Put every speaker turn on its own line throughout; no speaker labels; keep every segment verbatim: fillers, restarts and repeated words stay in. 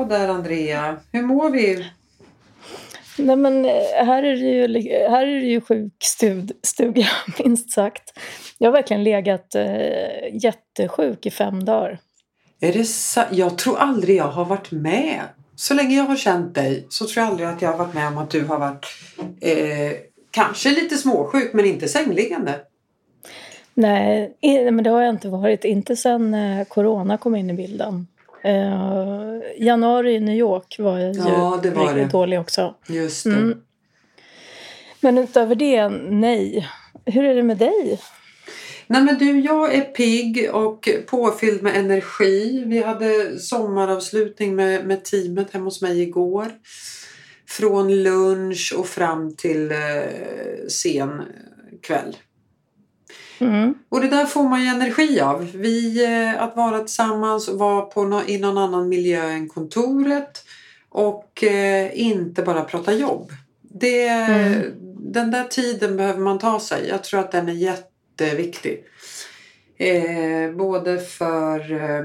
hallå där Andrea. Hur mår vi?
Nej, men här är det ju, här är det ju sjukstuga, minst sagt. Jag har verkligen legat eh, jättesjuk i fem dagar.
Är det sa- jag tror aldrig jag har varit med. Så länge jag har känt dig så tror jag aldrig att jag har varit med om att du har varit eh, kanske lite småsjuk men inte sängliggande.
Nej, men det har jag inte varit. Inte sedan eh, corona kom in i bilden. Eh, januari i New York var jag
ja,
ju
det var det.
dålig också.
Just det.
Mm. Men utöver det, nej. Hur är det med dig?
Nej men du, jag är pigg och påfylld med energi. Vi hade sommaravslutning med, med teamet hemma hos mig igår. Från lunch och fram till eh, sen kväll.
Mm.
Och det där får man ju energi av. Vi, eh, att vara tillsammans och vara på no- i någon annan miljö än kontoret. Och eh, inte bara prata jobb. Det, mm. Den där tiden behöver man ta sig. Jag tror att den är jätteviktig. Eh, både för eh,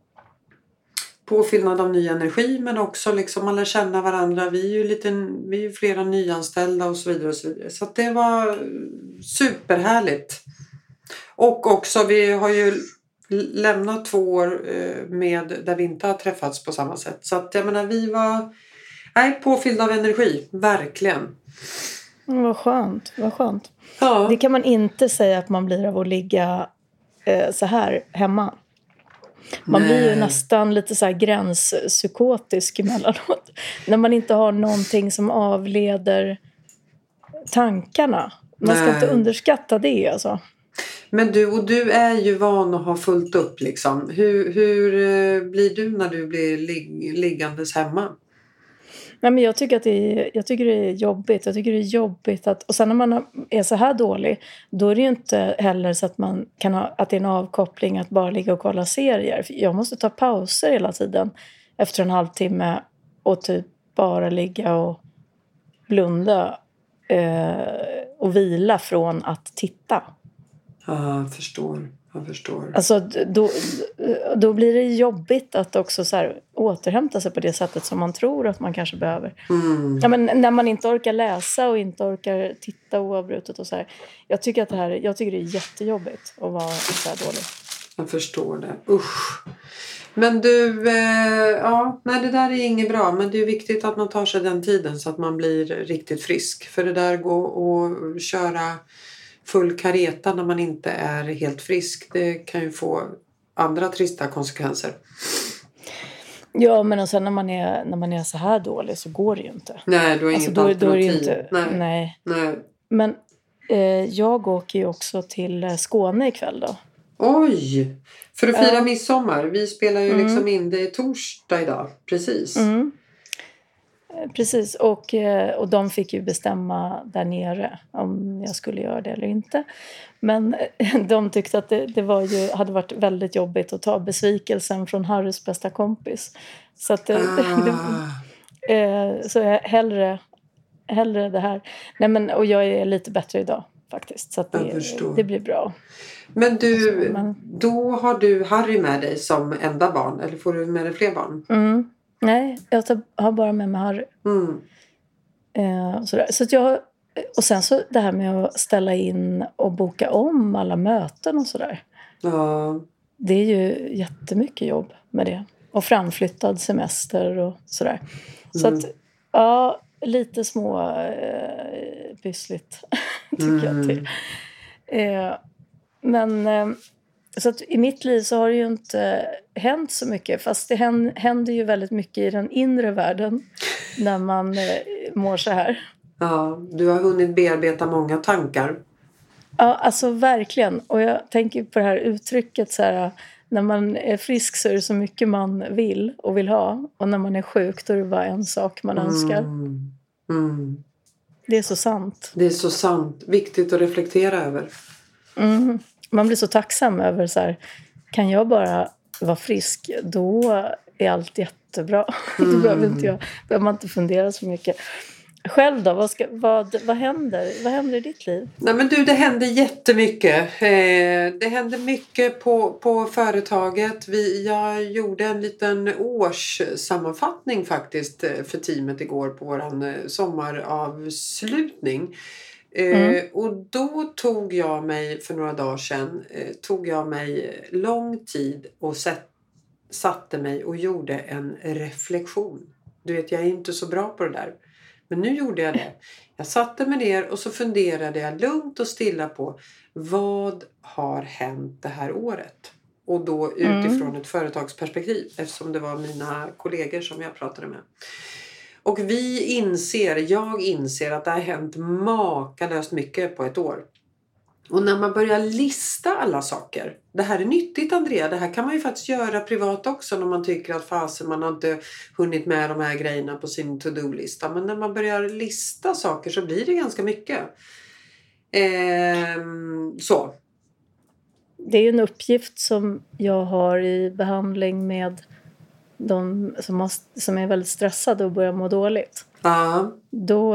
påfyllnad av ny energi. Men också liksom man lär känna varandra. Vi är ju, lite, vi är ju flera nyanställda och så vidare. Och så vidare. Så att det var superhärligt. Och också vi har ju lämnat två år med där vi inte har träffats på samma sätt. Så att jag menar vi var nej, påfyllda av energi, verkligen.
Mm, vad skönt, vad skönt.
Ja.
Det kan man inte säga att man blir av att ligga eh, så här hemma. Man
nej.
blir ju nästan lite så här gränspsykotisk emellanåt. När man inte har någonting som avleder tankarna. Man ska nej. inte underskatta det alltså.
Men du, och du är ju van att ha fullt upp liksom. Hur, hur blir du när du blir lig- liggandes hemma?
Nej, men jag tycker att det är, jag tycker det är jobbigt. Jag tycker det är jobbigt att... Och sen när man är så här dålig, då är det ju inte heller så att man kan ha... Att det är en avkoppling att bara ligga och kolla serier. För jag måste ta pauser hela tiden efter en halvtimme och typ bara ligga och blunda eh, och vila från att titta.
Ja, jag förstår. Jag förstår.
Alltså då, då blir det jobbigt att också så här återhämta sig på det sättet som man tror att man kanske behöver.
Mm.
Ja, men när man inte orkar läsa och inte orkar titta oavbrutet och så här. Jag tycker att det här, jag tycker det är jättejobbigt att vara så här dålig.
Jag förstår det. Usch. Men du, eh, ja, nej det där är inget bra. Men det är viktigt att man tar sig den tiden så att man blir riktigt frisk. För det där går att köra full kareta när man inte är helt frisk. Det kan ju få andra trista konsekvenser.
Ja, men och sen när man är, när man är så här dålig så går det ju inte.
Nej, du har
alltså,
inget
då,
alternativ.
Då är det inte,
nej.
Nej.
nej.
Men eh, jag åker ju också till Skåne ikväll då.
Oj! För att fira
ja.
midsommar. Vi spelar ju
mm.
liksom in det torsdag idag. Precis.
Mm. Precis, och, och de fick ju bestämma där nere om jag skulle göra det eller inte. Men de tyckte att det, det var ju, hade varit väldigt jobbigt att ta besvikelsen från Harrys bästa kompis. Så att det,
ah.
det, så jag hellre, hellre det här. Nej, men, och jag är lite bättre idag faktiskt, så att det, det blir bra.
Men du,
alltså, men...
då har du Harry med dig som enda barn, eller får du med dig fler barn?
Mm. Nej, jag tar, har bara med mig Harry.
Mm.
Eh, sådär. Så att jag, och sen så det här med att ställa in och boka om alla möten och sådär.
Ja.
Det är ju jättemycket jobb med det. Och framflyttad semester och sådär. Så
mm.
att, ja, lite små eh, pyssligt tycker
mm.
jag till. Eh, men... Eh, Så att i mitt liv så har det ju inte hänt så mycket. Fast det händer ju väldigt mycket i den inre världen när man eh, mår så här.
Ja, du har hunnit bearbeta många tankar.
Ja, alltså verkligen. Och jag tänker på det här uttrycket så här. När man är frisk så är det så mycket man vill och vill ha. Och när man är sjuk då är det bara en sak man önskar.
Mm. Mm.
Det är så sant.
Det är så sant. Viktigt att reflektera över.
Mm. Man blir så tacksam över så här, kan jag bara vara frisk, då är allt jättebra. Mm. Då behöver, inte jag, behöver man inte fundera så mycket. Själv då? Vad, ska, vad, vad händer? Vad händer i ditt liv?
Nej men du, det händer jättemycket. Eh, det händer mycket på, på företaget. Vi, jag gjorde en liten årssammanfattning faktiskt för teamet igår på våran sommaravslutning. Mm. Eh, och då tog jag mig för några dagar sedan eh, tog jag mig lång tid och set, satte mig och gjorde en reflektion. Du vet, jag är inte så bra på det där. Men nu gjorde jag det. Jag satte mig ner och så funderade jag lugnt och stilla på vad har hänt det här året? Och då utifrån mm. ett företagsperspektiv, eftersom det var mina kollegor som jag pratade med. Och vi inser, jag inser att det har hänt makalöst mycket på ett år. Och när man börjar lista alla saker. Det här är nyttigt, Andrea. Det här kan man ju faktiskt göra privat också. När man tycker att fasen man har inte hunnit med de här grejerna på sin to-do-lista. Men när man börjar lista saker så blir det ganska mycket. Ehm, så.
Det är en uppgift som jag har i behandling med de som, har, som är väldigt stressade och börjar må dåligt.
Ja.
Då...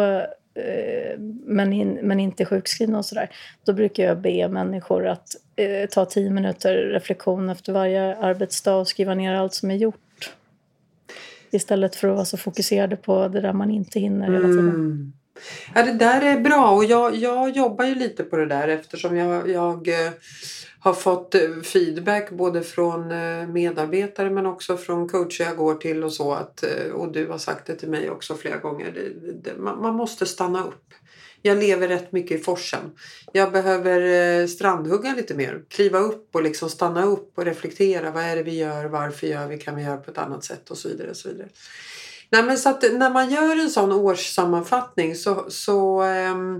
Men, in, men inte sjukskrivna och sådär. Då brukar jag be människor att eh, ta tio minuter reflektion efter varje arbetsdag och skriva ner allt som är gjort. Istället för att vara så fokuserade på det där man inte hinner hela tiden. Mm.
Ja, det där är bra och jag, jag jobbar ju lite på det där eftersom jag, jag eh, har fått feedback både från medarbetare men också från coacher jag går till och så att, och du har sagt det till mig också flera gånger, det, det, man, man måste stanna upp. Jag lever rätt mycket i forsen. Jag behöver strandhugga lite mer, kliva upp och liksom stanna upp och reflektera, vad är det vi gör, varför gör vi, kan vi göra på ett annat sätt och så vidare och så vidare. Nej, men så att när man gör en sån årssammanfattning så, så ähm,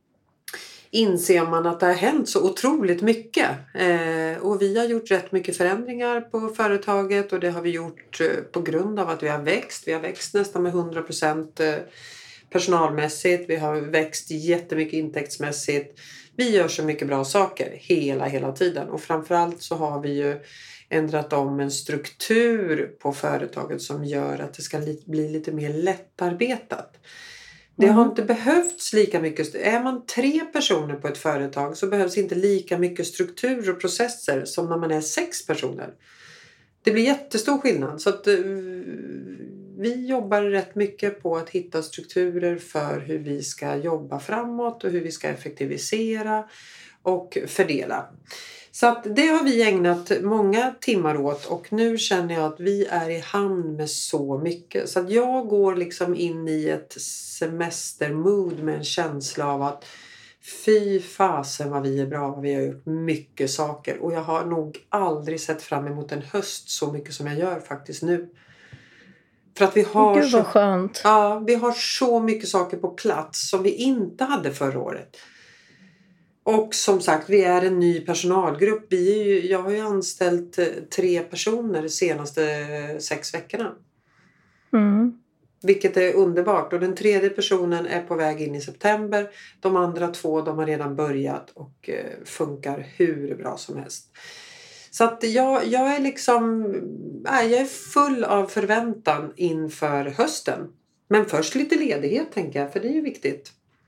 inser man att det har hänt så otroligt mycket. Eh, och vi har gjort rätt mycket förändringar på företaget och det har vi gjort eh, på grund av att vi har växt. Vi har växt nästan med hundra procent eh, personalmässigt. Vi har växt jättemycket intäktsmässigt. Vi gör så mycket bra saker hela, hela tiden. Och framförallt så har vi ju ändrat om en struktur på företaget som gör att det ska li- bli lite mer lättarbetat. Det har inte behövts lika mycket. Är man tre personer på ett företag så behövs inte lika mycket struktur och processer som när man är sex personer. Det blir jättestor skillnad. Så att, uh, vi jobbar rätt mycket på att hitta strukturer för hur vi ska jobba framåt och hur vi ska effektivisera och fördela. Så att det har vi ägnat många timmar åt och nu känner jag att vi är i hamn med så mycket. Så att jag går liksom in i ett semestermood med en känsla av att fy fasen vad vi är bra, vi har gjort mycket saker. Och jag har nog aldrig sett fram emot en höst så mycket som jag gör faktiskt nu. För att vi har,
Gud vad skönt.
Så, ja, vi har så mycket saker på plats som vi inte hade förra året. Och som sagt, vi är en ny personalgrupp. Vi är ju, jag har ju anställt tre personer de senaste sex veckorna.
Mm.
Vilket är underbart. Och den tredje personen är på väg in i september. De andra två, de har redan börjat och funkar hur bra som helst. Så att jag, jag är liksom, nej, jag är full av förväntan inför hösten. Men först lite ledighet tänker jag, för det är ju viktigt.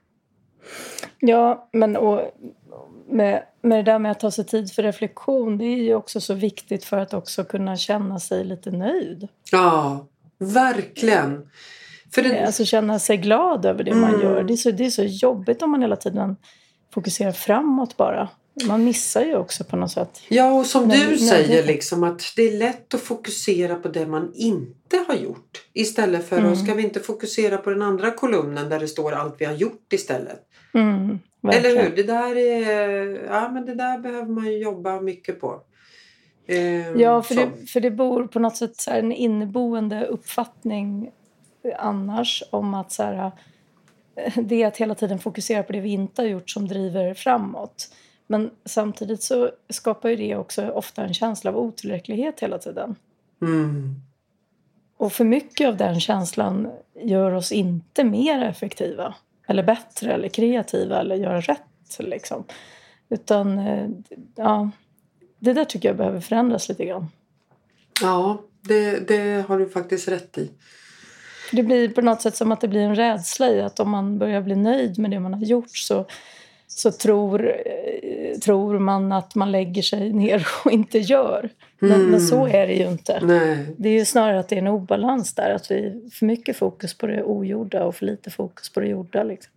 Ja, men och med, med det där med att ta sig tid för reflektion, det är ju också så viktigt för att också kunna känna sig lite nöjd.
Ja, verkligen.
För det... Alltså känna sig glad över det mm. man gör. Det är, så, det är så jobbigt om man hela tiden fokuserar framåt bara. Man missar ju också på något sätt.
Ja, och som när, du när säger det... liksom att det är lätt att fokusera på det man inte har gjort. Istället för mm. att ska vi inte fokusera på den andra kolumnen där det står allt vi har gjort istället.
Mm,
eller hur? Det där är, ja, men det där behöver man ju jobba mycket på.
Ehm, ja, för det, för det bor på något sätt så här en inneboende uppfattning annars om att så här, det är att hela tiden fokusera på det vi inte har gjort som driver framåt. Men samtidigt så skapar ju det också ofta en känsla av otillräcklighet hela tiden.
Mm.
Och för mycket av den känslan gör oss inte mer effektiva. Eller bättre, eller kreativa, eller göra rätt. Liksom. Utan, ja, det där tycker jag behöver förändras lite grann.
Ja, det, det har du faktiskt rätt i.
Det blir på något sätt som att det blir en rädsla i att om man börjar bli nöjd med det man har gjort så, så tror, eh, tror man att man lägger sig ner och inte gör. Men,
Mm.
men så är det ju inte.
Nej.
Det är ju snarare att det är en obalans där. Att vi har för mycket fokus på det ogjorda och för lite fokus på det gjorda. Liksom.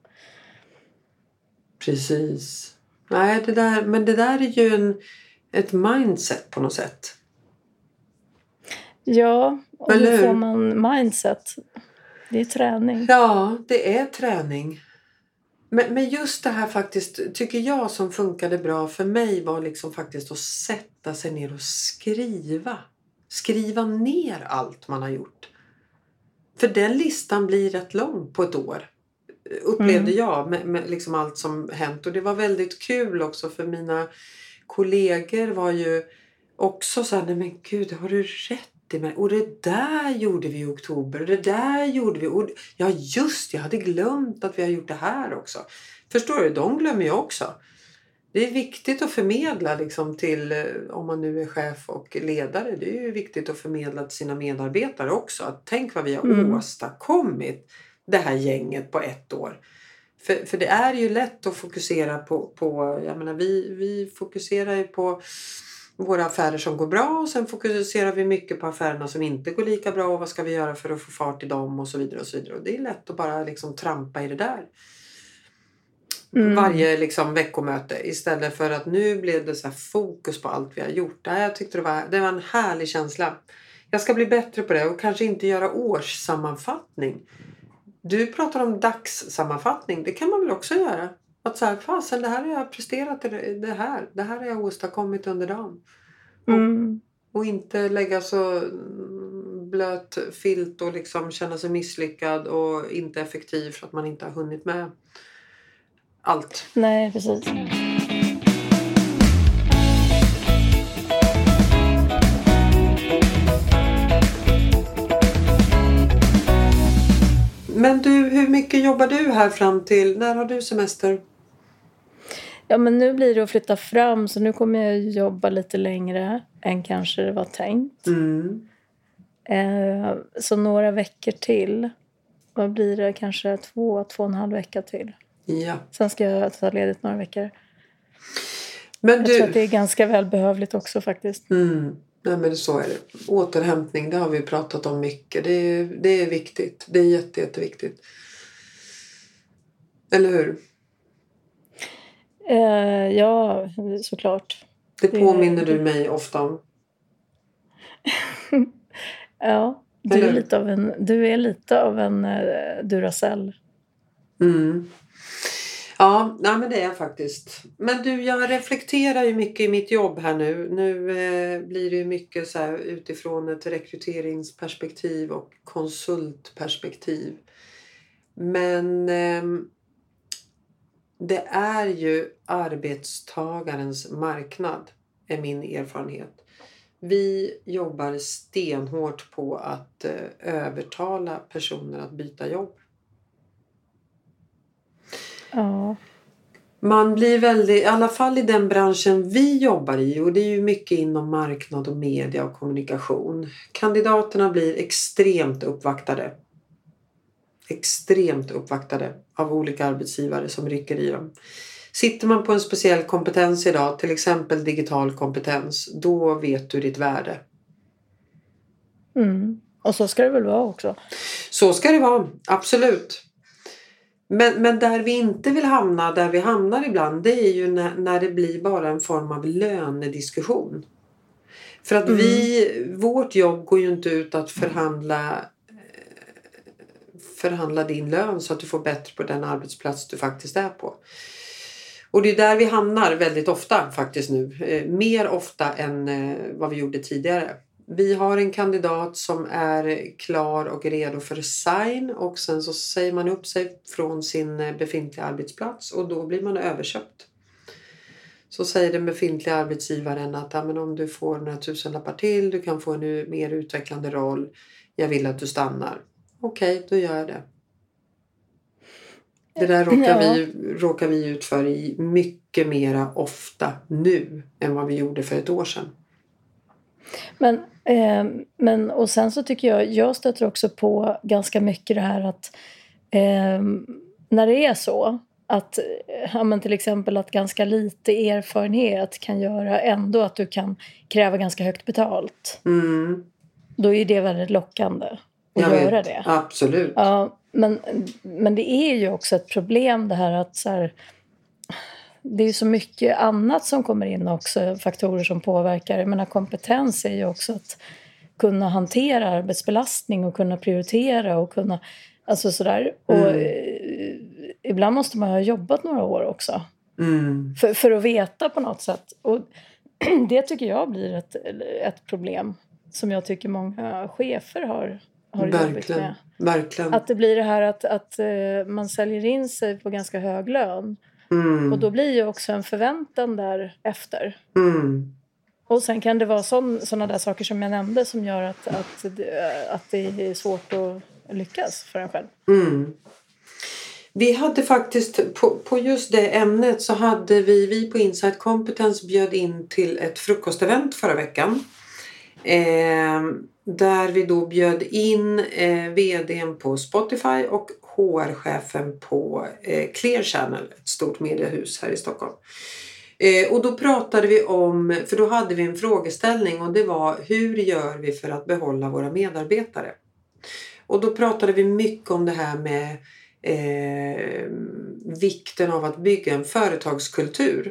Precis. Nej, det där, men det där är ju en, ett mindset på något sätt.
Ja, och
Eller
hur
hur?
får man mindset? Det är träning.
Ja, det är träning. Men, men just det här faktiskt, tycker jag som funkade bra för mig var liksom faktiskt att sätta sig ner och skriva. Skriva ner allt man har gjort. För den listan blir rätt lång på ett år. Upplevde
Mm.
jag med, med liksom allt som hänt. Och det var väldigt kul också för mina kollegor var ju också så här, nej men gud, har du rätt i mig? Och det där gjorde vi i oktober. Och det där gjorde vi. Och, ja just, jag hade glömt att vi har gjort det här också. Förstår du? De glömmer jag också. Det är viktigt att förmedla liksom till, om man nu är chef och ledare. Det är ju viktigt att förmedla till sina medarbetare också. Att tänk vad vi har
Mm.
åstadkommit det här gänget på ett år. För, för det är ju lätt att fokusera på, på jag menar vi, vi fokuserar ju på våra affärer som går bra och sen fokuserar vi mycket på affärerna som inte går lika bra och vad ska vi göra för att få fart i dem och så vidare och så vidare. Och det är lätt att bara liksom trampa i det där. Mm. Varje liksom veckomöte istället för att nu blev det så här fokus på allt vi har gjort. Nej, jag tyckte det var, det var en härlig känsla. Jag ska bli bättre på det och kanske inte göra årssammanfattning. Du pratar om dagssammanfattning. Det kan man väl också göra. Att så här, fasen, det här har jag presterat, det här. Det här har jag åstadkommit under dagen.
Mm.
Och, och inte lägga så blöt filt och liksom känna sig misslyckad och inte effektiv för att man inte har hunnit med allt.
Nej, precis.
Men du, hur mycket jobbar du här fram till? När har du semester?
Ja, men nu blir det att flytta fram. Så nu kommer jag jobba lite längre än kanske det var tänkt.
Mm.
Eh, så några veckor till. Vad blir det? Kanske två, två och en halv vecka till.
Ja.
Sen ska jag ta ledigt några veckor.
Men
jag
du...
tror att det är ganska välbehövligt också faktiskt.
Mm. Nej, men så är det. Återhämtning, det har vi pratat om mycket. Det är, det är viktigt. Det är jätte, jätteviktigt. Eller hur?
Eh, ja, såklart.
Det påminner det... du mig ofta om.
Ja, du är, lite av en, du är lite av en uh, Duracell.
Mm. Ja, nej, men det är jag faktiskt. Men du, jag reflekterar ju mycket i mitt jobb här nu. Nu eh, blir det ju mycket så här utifrån ett rekryteringsperspektiv och konsultperspektiv. Men eh, det är ju arbetstagarens marknad, är min erfarenhet. Vi jobbar stenhårt på att eh, övertala personer att byta jobb.
Ja.
Man blir väldigt, i alla fall i den branschen vi jobbar i, och det är ju mycket inom marknad och media och kommunikation. Kandidaterna blir extremt uppvaktade. Extremt uppvaktade av olika arbetsgivare som rycker i dem. Sitter man på en speciell kompetens idag, till exempel digital kompetens, då vet du ditt värde.
Mm. Och så ska det väl vara också?
Så ska det vara, absolut. Men, men där vi inte vill hamna, där vi hamnar ibland, det är ju när, när det blir bara en form av lönediskussion. För att
mm.
vi, vårt jobb går ju inte ut att förhandla, förhandla din lön så att du får bättre på den arbetsplats du faktiskt är på. Och det är där vi hamnar väldigt ofta faktiskt nu. Eh, mer ofta än eh, vad vi gjorde tidigare. Vi har en kandidat som är klar och redo för sign. Och sen så säger man upp sig från sin befintliga arbetsplats. Och då blir man överköpt. Så säger den befintliga arbetsgivaren att ja, men om du får några tusenlappar till. Du kan få en mer utvecklande roll. Jag vill att du stannar. Okej, då gör jag det. Det där råkar, ja. vi, råkar vi ut för i mycket mera ofta nu än vad vi gjorde för ett år sedan.
Men, eh, men och sen så tycker jag, jag stöter också på ganska mycket det här att eh, när det är så att ja, men till exempel att ganska lite erfarenhet kan göra ändå att du kan kräva ganska högt betalt.
Mm.
Då är det väldigt lockande att
Jag
göra
vet.
det.
Absolut.
Ja, men, men det är ju också ett problem det här att så här, det är ju så mycket annat som kommer in också, faktorer som påverkar. Jag menar, kompetens är ju också att kunna hantera arbetsbelastning och kunna prioritera och kunna, alltså sådär. Mm. Och eh, ibland måste man ha jobbat några år också.
Mm.
För, för att veta på något sätt. Och det tycker jag blir ett, ett problem som jag tycker många chefer har, har jobbigt med.
Verkligen.
Att det blir det här att, att uh, man säljer in sig på ganska hög lön.
Mm.
Och då blir ju också en förväntan där efter.
Mm.
Och sen kan det vara sådana där saker som jag nämnde som gör att, att, att det är svårt att lyckas för en själv.
Mm. Vi hade faktiskt, på, på just det ämnet så hade vi, vi på Insight Competence bjöd in till ett frukostevent förra veckan. Eh, där vi då bjöd in eh, vdn på Spotify och H R-chefen på eh, Clear Channel, ett stort mediehus här i Stockholm. Eh, och då pratade vi om, för då hade vi en frågeställning och det var hur gör vi för att behålla våra medarbetare? Och då pratade vi mycket om det här med eh, vikten av att bygga en företagskultur.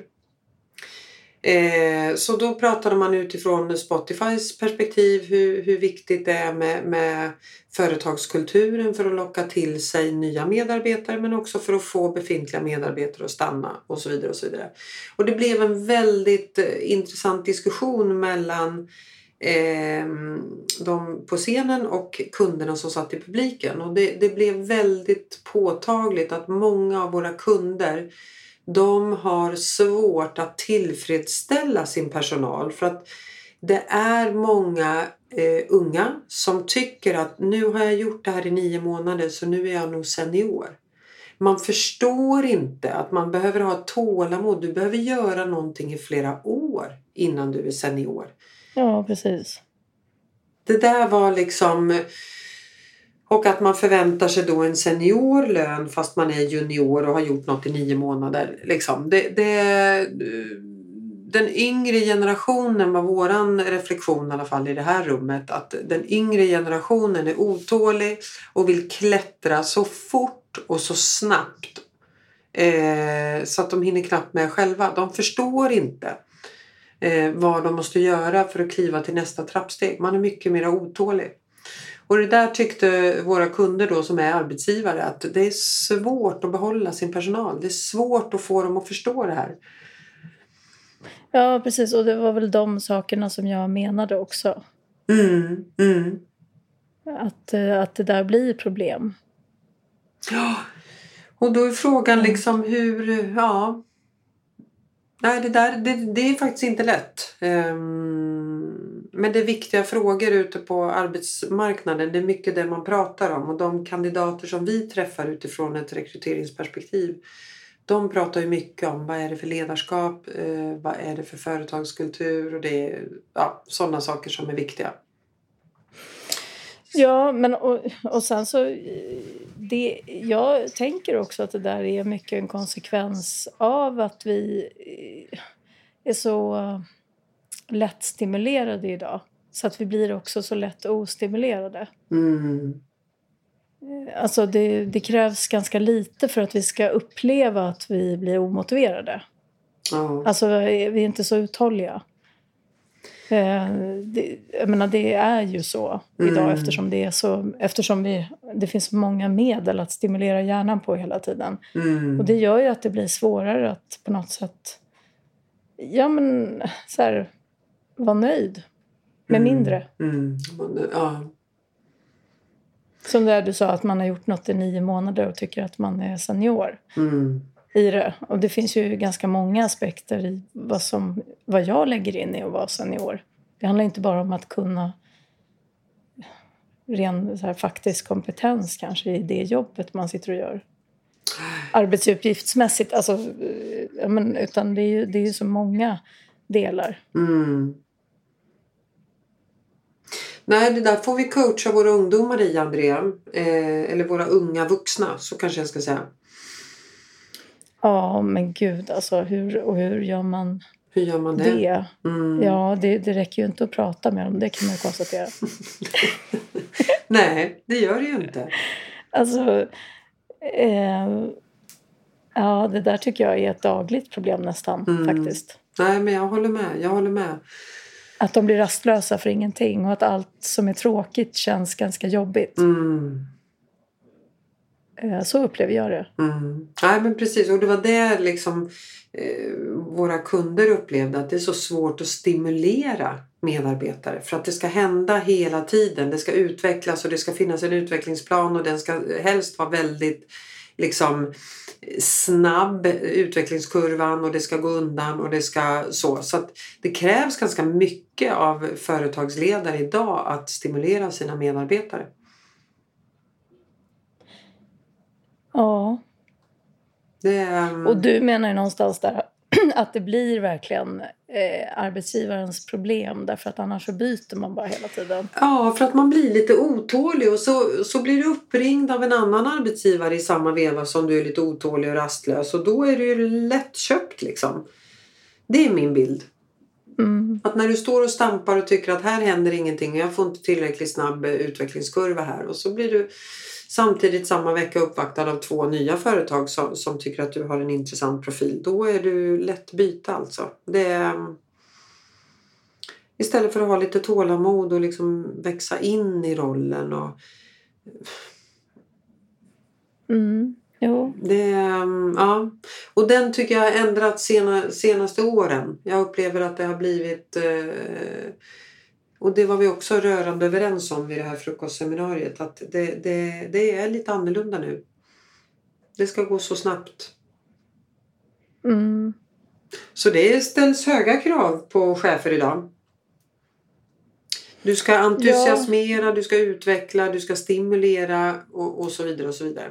Eh, så då pratade man utifrån Spotifys perspektiv hur, hur viktigt det är med, med företagskulturen för att locka till sig nya medarbetare men också för att få befintliga medarbetare att stanna och så vidare och så vidare. Och det blev en väldigt eh, intressant diskussion mellan eh, de på scenen och kunderna som satt i publiken. Och det, det blev väldigt påtagligt att många av våra kunder, de har svårt att tillfredsställa sin personal för att det är många eh, unga som tycker att nu har jag gjort det här i nio månader så nu är jag nog senior. Man förstår inte att man behöver ha tålamod. Du behöver göra någonting i flera år innan du är senior.
Ja, precis.
Det där var liksom... Och att man förväntar sig då en seniorlön fast man är junior och har gjort något i nio månader. Liksom. Det, det, den yngre generationen var våran reflektion i alla fall i det här rummet. Att den yngre generationen är otålig och vill klättra så fort och så snabbt. Eh, så att de hinner knappt med själva. De förstår inte eh, vad de måste göra för att kliva till nästa trappsteg. Man är mycket mer otålig. Och det där tyckte våra kunder då som är arbetsgivare att det är svårt att behålla sin personal. Det är svårt att få dem att förstå det här.
Ja, precis. Och det var väl de sakerna som jag menade också.
Mm, mm.
Att, att det där blir problem.
Ja, och då är frågan liksom hur, ja... Nej, det där det, det är faktiskt inte lätt. Um, men det är viktiga frågor ute på arbetsmarknaden. Det är mycket det man pratar om. Och de kandidater som vi träffar utifrån ett rekryteringsperspektiv, de pratar ju mycket om vad är det för ledarskap, uh, vad är det för företagskultur och det är ja, sådana saker som är viktiga.
Ja, men och, och sen så det, jag tänker också att det där är mycket en konsekvens av att vi är så lättstimulerade idag. Så att vi blir också så lätt ostimulerade. Mm. Alltså det, det krävs ganska lite för att vi ska uppleva att vi blir omotiverade. Oh. Alltså vi är inte så uthålliga. Det, jag menar, det är ju så idag mm. eftersom det är så eftersom vi, det finns många medel att stimulera hjärnan på hela tiden. Mm. Och det gör ju att det blir svårare att på något sätt ja men så här, vara nöjd med mm. mindre. Mm. Ja. Som det du sa att man har gjort något i nio månader och tycker att man är senior. Mm. I det. Och det finns ju ganska många aspekter i vad, som, vad jag lägger in i att vara senior. Det handlar inte bara om att kunna ren så här, faktisk kompetens kanske i det jobbet man sitter och gör. Arbetsuppgiftsmässigt. Alltså, ja, men, utan det är, ju, det är ju så många delar. Mm.
Nej, det där får vi coacha våra ungdomar i, Andrea. Eh, eller våra unga vuxna, så kanske jag ska säga.
Ja, men gud, alltså hur, och hur gör man
Hur gör man det?
det?
Mm.
Ja, det, det räcker ju inte att prata med dem, det kan man ju konstatera.
Nej, det gör det ju inte.
Alltså, eh, ja, det där tycker jag är ett dagligt problem nästan,
Mm.
faktiskt.
Nej, men jag håller med, jag håller med.
Att de blir rastlösa för ingenting och att allt som är tråkigt känns ganska jobbigt.
Mm.
Eh, så upplever jag det.
Mm. Nej, men precis, och det var det liksom eh, våra kunder upplevde, att det är så svårt att stimulera medarbetare för att det ska hända hela tiden, det ska utvecklas och det ska finnas en utvecklingsplan och den ska helst vara väldigt liksom snabb, utvecklingskurvan, och det ska gå undan och det ska så, så att det krävs ganska mycket av företagsledare idag att stimulera sina medarbetare.
Ja.
Det, um...
Och du menar ju någonstans där att det blir verkligen eh, arbetsgivarens problem, därför att annars så byter man bara hela tiden.
Ja, för att man blir lite otålig och så, så blir du uppringd av en annan arbetsgivare i samma veva som du är lite otålig och rastlös, och då är du ju lättköpt liksom. Det är min bild.
Mm.
Att när du står och stampar och tycker att här händer ingenting och jag får inte tillräckligt snabb utvecklingskurva här, och så blir du samtidigt samma vecka uppvaktad av två nya företag som, som tycker att du har en intressant profil, då är du lätt byta alltså. Det är, istället för att ha lite tålamod och liksom växa in i rollen. Och,
Mm. Jo.
det, ja. Och den tycker jag har ändrats sena, senaste åren. Jag upplever att det har blivit... Eh, och det var vi också rörande överens om vid det här frukostseminariet. Att det, det, det är lite annorlunda nu. Det ska gå så snabbt.
Mm.
Så det ställs höga krav på chefer idag. Du ska entusiasmera, ja. Du ska utveckla, du ska stimulera och, och så vidare och så vidare.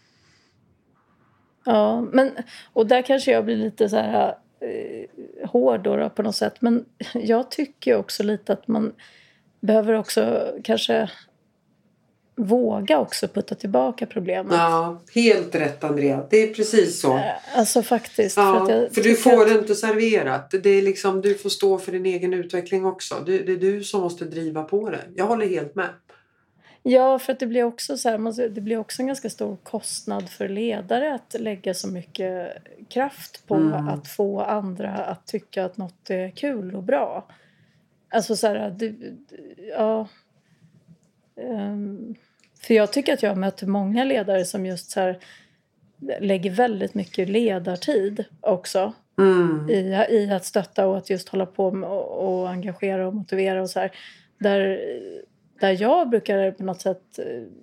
Ja, men och där kanske jag blir lite så här eh, hård då, på något sätt. Men jag tycker också lite att man behöver också kanske våga också putta tillbaka problemet.
Ja, helt rätt, Andrea. Det är precis så.
Alltså faktiskt.
Ja,
för att jag
för du får
att...
det inte serverat. Det är liksom, du får stå för din egen utveckling också. Det, det är du som måste driva på det. Jag håller helt med.
Ja, för att det blir också så här, det blir också en ganska stor kostnad för ledare att lägga så mycket kraft på mm. att få andra att tycka att något är kul och bra. Alltså så här, det, ja. Um, för jag tycker att jag möter många ledare som just så här lägger väldigt mycket ledartid också mm. i, i att stötta och att just hålla på med och, och engagera och motivera och så här. Där, där jag brukar på något sätt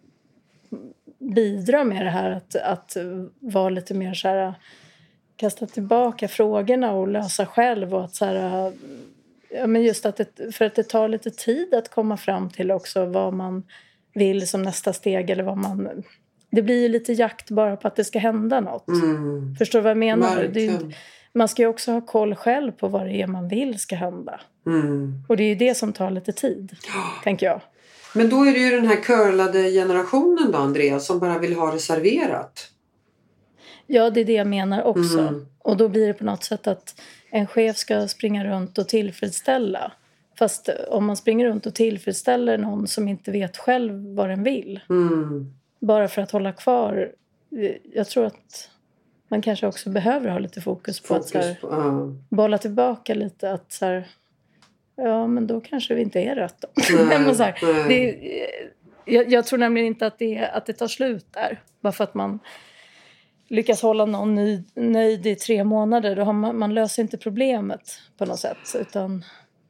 bidra med det här att, att vara lite mer så här, kasta tillbaka frågorna och lösa själv, och att så här, ja, men just att det, för att det tar lite tid att komma fram till också vad man vill som nästa steg, eller vad man, det blir ju lite jakt bara på att det ska hända något. Mm. Förstår du vad jag menar? Det är, man ska ju också ha koll själv på vad det är man vill ska hända. Mm. Och det är ju det som tar lite tid, tänker jag.
Men då är det ju den här curlade generationen då, Andreas, som bara vill ha det serverat.
Ja, det är det jag menar också.
Mm.
Och då blir det på något sätt att en chef ska springa runt och tillfredsställa. Fast om man springer runt och tillfredsställer någon som inte vet själv vad den vill. Mm. Bara för att hålla kvar. Jag tror att man kanske också behöver ha lite fokus på fokus att så här, på, uh. bolla tillbaka lite. Att så här, ja, men då kanske vi inte är rätt då. Nej, så här, nej. Det, jag, jag tror nämligen inte att det, att det tar slut där. Bara för att man lyckas hålla någon nöjd, nöjd i tre månader. Då har man, man löser inte problemet på något sätt. Utan...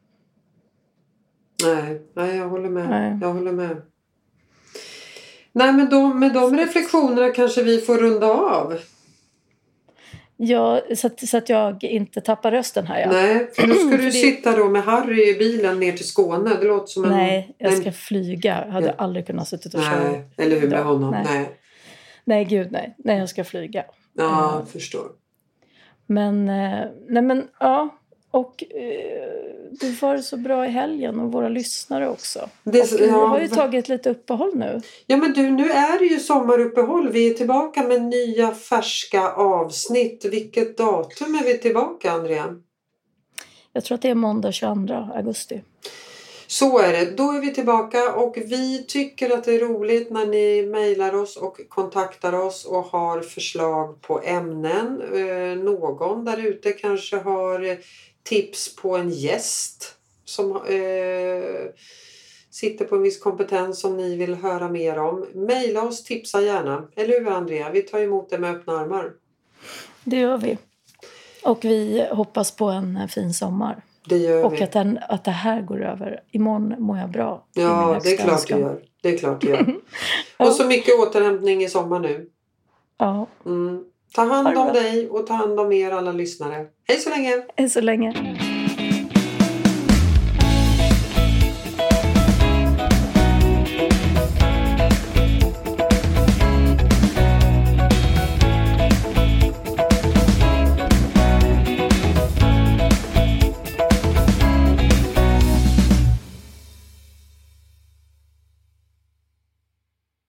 Nej, nej, jag håller med. Nej. Jag håller med. Nej, men då, med de reflektionerna kanske vi får runda av.
Ja, så att, så att jag inte tappar rösten här. Ja.
Nej, för nu ska du det... sitta då med Harry i bilen ner till Skåne. Det låter som en...
Nej, jag ska flyga. Jag hade ja. aldrig kunnat sitta och köra.
Nej, eller hur med honom. Nej. nej.
Nej, gud nej. Nej, jag ska flyga.
Ja, jag förstår.
Men, nej men, ja. Och eh, du får det så bra i helgen och våra lyssnare också.
Det,
och vi
ja,
har ju tagit lite uppehåll nu.
Ja men du, nu är det ju sommaruppehåll. Vi är tillbaka med nya färska avsnitt. Vilket datum är vi tillbaka, Andrea?
Jag tror att det är måndag tjugoandra augusti.
Så är det. Då är vi tillbaka och vi tycker att det är roligt när ni mejlar oss och kontaktar oss och har förslag på ämnen. Eh, någon där ute kanske har tips på en gäst som eh, sitter på en viss kompetens som ni vill höra mer om. Mejla oss, tipsa gärna. Eller hur, Andrea? Vi tar emot det med öppna armar.
Det gör vi. Och vi hoppas på en fin sommar.
Det gör
och
vi.
Att, den, att det här går över. Imorgon mår jag bra.
Ja, det är klart det gör. Det är klart det gör. Och så mycket återhämtning i sommar nu.
Ja.
Mm. Ta hand om dig och ta hand om er alla lyssnare. Hej så länge!
Hej så länge!